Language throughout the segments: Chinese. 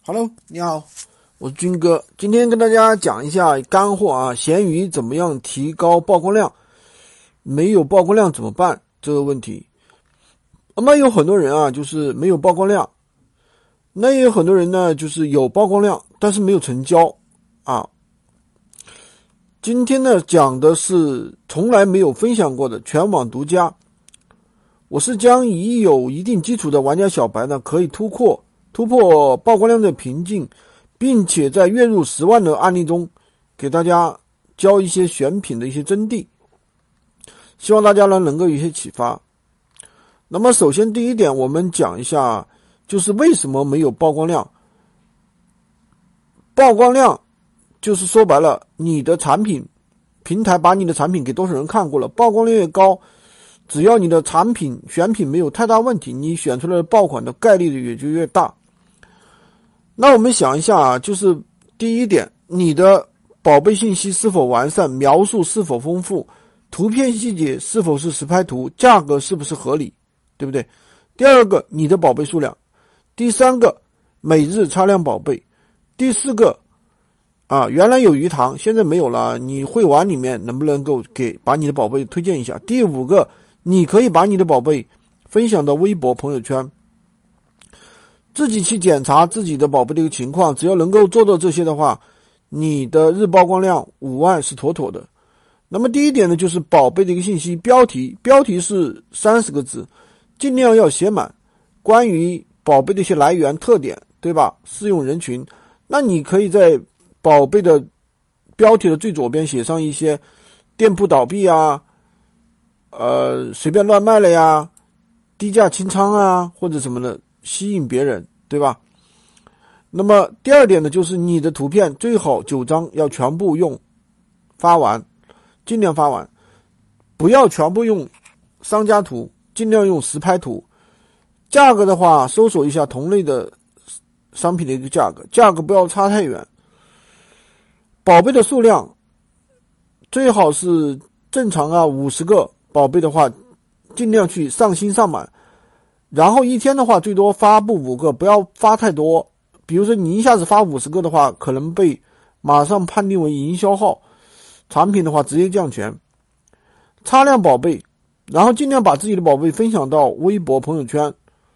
Hello， 你好，我是军哥，今天跟大家讲一下干货啊，闲鱼怎么样提高曝光量？没有曝光量怎么办？这个问题。那么有很多人啊，就是没有曝光量，那也有很多人呢，就是有曝光量，但是没有成交啊。今天呢，讲的是从来没有分享过的全网独家。我是将已有一定基础的玩家小白呢，可以突破曝光量的瓶颈，并且在月入10万的案例中，给大家教一些选品的一些真谛，希望大家呢能够有一些启发。那么首先第一点，我们讲一下，就是为什么没有曝光量。曝光量就是说白了，你的产品平台把你的产品给多少人看过了，曝光量越高，只要你的产品选品没有太大问题，你选出来的爆款的概率也就越大。那我们想一下啊，就是第一点，你的宝贝信息是否完善，描述是否丰富，图片细节是否是实拍图，价格是不是合理，对不对？第二个，你的宝贝数量。第三个，每日擦亮宝贝。第四个原来有鱼塘现在没有了，你会玩里面能不能够把你的宝贝推荐一下。第五个，你可以把你的宝贝分享到微博朋友圈，自己去检查自己的宝贝的一个情况，只要能够做到这些的话，你的日曝光量5万是妥妥的。那么第一点呢，就是宝贝的一个信息，标题是30个字，尽量要写满，关于宝贝的一些来源特点，对吧？适用人群，那你可以在宝贝的标题的最左边写上一些店铺倒闭啊，随便乱卖了呀，低价清仓啊，或者什么的，吸引别人，对吧？那么第二点呢，就是你的图片最好9张要全部发完，尽量发完，不要全部用商家图，尽量用实拍图。价格的话，搜索一下同类的商品的一个价格不要差太远。宝贝的数量最好是正常50个宝贝的话，尽量去上新上满。然后一天的话，最多发布5个，不要发太多。比如说你一下子发50个的话，可能被马上判定为营销号，产品的话直接降权。擦亮宝贝，然后尽量把自己的宝贝分享到微博朋友圈。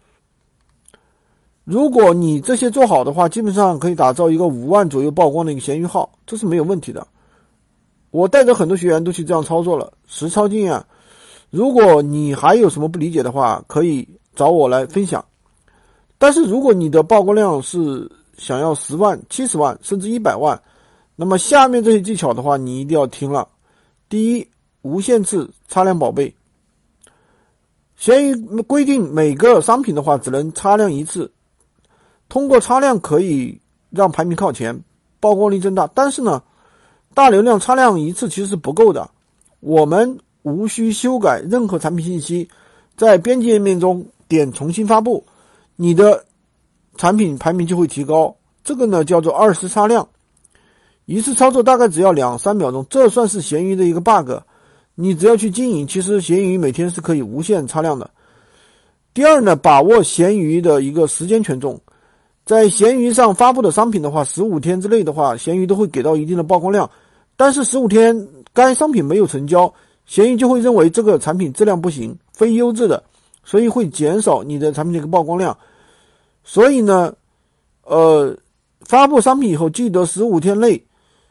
如果你这些做好的话，基本上可以打造一个5万左右曝光的一个闲鱼号，这是没有问题的。我带着很多学员都去这样操作了，实操经验。如果你还有什么不理解的话，可以找我来分享。但是如果你的曝光量是想要10万、70万甚至100万，那么下面这些技巧的话你一定要听了。第一，无限次擦亮宝贝。闲鱼规定每个商品的话只能擦亮1次，通过擦亮可以让排名靠前，曝光率增大。但是呢，大流量擦亮1次其实是不够的，我们无需修改任何产品信息，在编辑页面中点重新发布，你的产品排名就会提高。这个呢叫做20擦亮，一次操作大概只要2-3秒钟，这算是闲鱼的一个 bug。你只要去经营，其实闲鱼每天是可以无限擦亮的。第二呢，把握闲鱼的一个时间权重。在闲鱼上发布的商品的话，15天之内的话，闲鱼都会给到一定的曝光量。但是15天该商品没有成交，闲鱼就会认为这个产品质量不行，非优质的，所以会减少你的产品的一个曝光量。所以呢，发布商品以后，记得15天内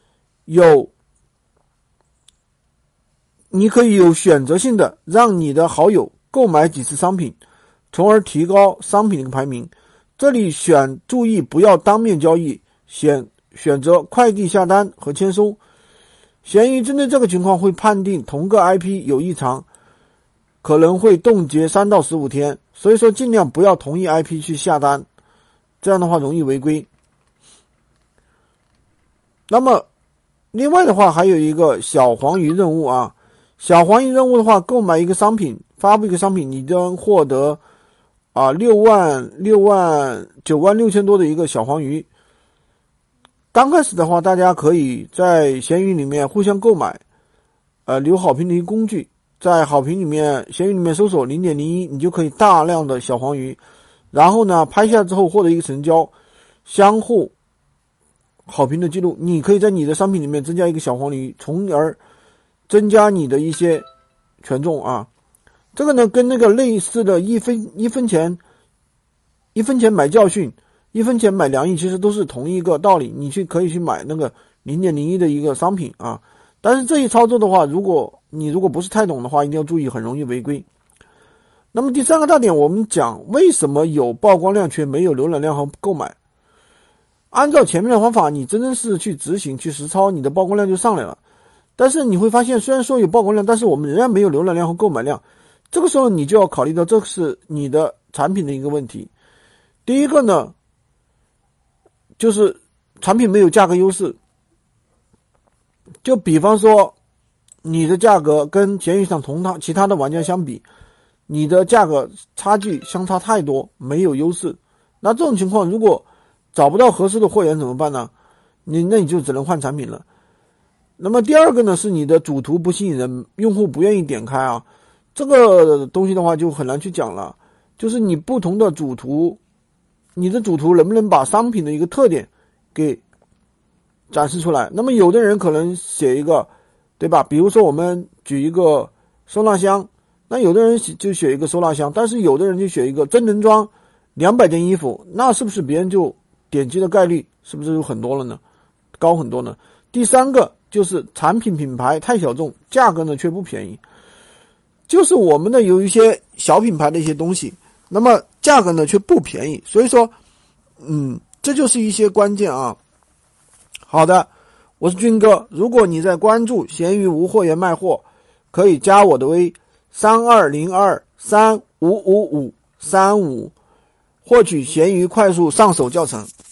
你可以有选择性的让你的好友购买几次商品，从而提高商品的一个排名。这里注意不要当面交易，选择快递下单和签收。闲鱼针对这个情况会判定同个 IP 有异常，可能会冻结3到15天，所以说尽量不要同一 IP 去下单，这样的话容易违规。那么另外的话还有一个小黄鱼任务啊，小黄鱼任务的话，购买一个商品，发布一个商品，你将获得9万6千多的一个小黄鱼。刚开始的话，大家可以在闲鱼里面互相购买，留好评的一个工具，在好评里面，闲鱼里面搜索 0.01， 你就可以大量的小黄鱼，然后呢拍下之后获得一个成交。 相互好评的记录，你可以在你的商品里面增加一个小黄驴，从而增加你的一些权重啊。这个呢跟那个类似的一分钱买教训，1分钱买良医，其实都是同一个道理。你可以去买那个0.01的一个商品啊，但是这一操作的话，如果不是太懂的话，一定要注意，很容易违规。那么第三个大点，我们讲为什么有曝光量却没有浏览量和购买。按照前面的方法，你真正是去执行去实操，你的曝光量就上来了。但是你会发现，虽然说有曝光量，但是我们仍然没有浏览量和购买量。这个时候你就要考虑到，这是你的产品的一个问题。第一个呢，就是产品没有价格优势。就比方说，你的价格跟闲鱼上其他的玩家相比，你的价格差距相差太多，没有优势。那这种情况，如果找不到合适的货源怎么办呢？那你就只能换产品了。那么第二个呢，是你的主图不吸引人，用户不愿意点开啊。这个东西的话就很难去讲了，就是你不同的主图，你的主图能不能把商品的一个特点给展示出来。那么有的人可能写一个，对吧？比如说我们举一个收纳箱，那有的人就写一个收纳箱，但是有的人就写一个真人装200件衣服，那是不是别人就点击的概率是不是有很多了呢？高很多呢？第三个就是产品品牌太小众，价格呢却不便宜。就是我们呢有一些小品牌的一些东西，那么价格呢却不便宜，所以说这就是一些关键啊。好的，我是军哥，如果你在关注闲鱼无货源卖货，可以加我的微3202355535，获取闲鱼快速上手教程。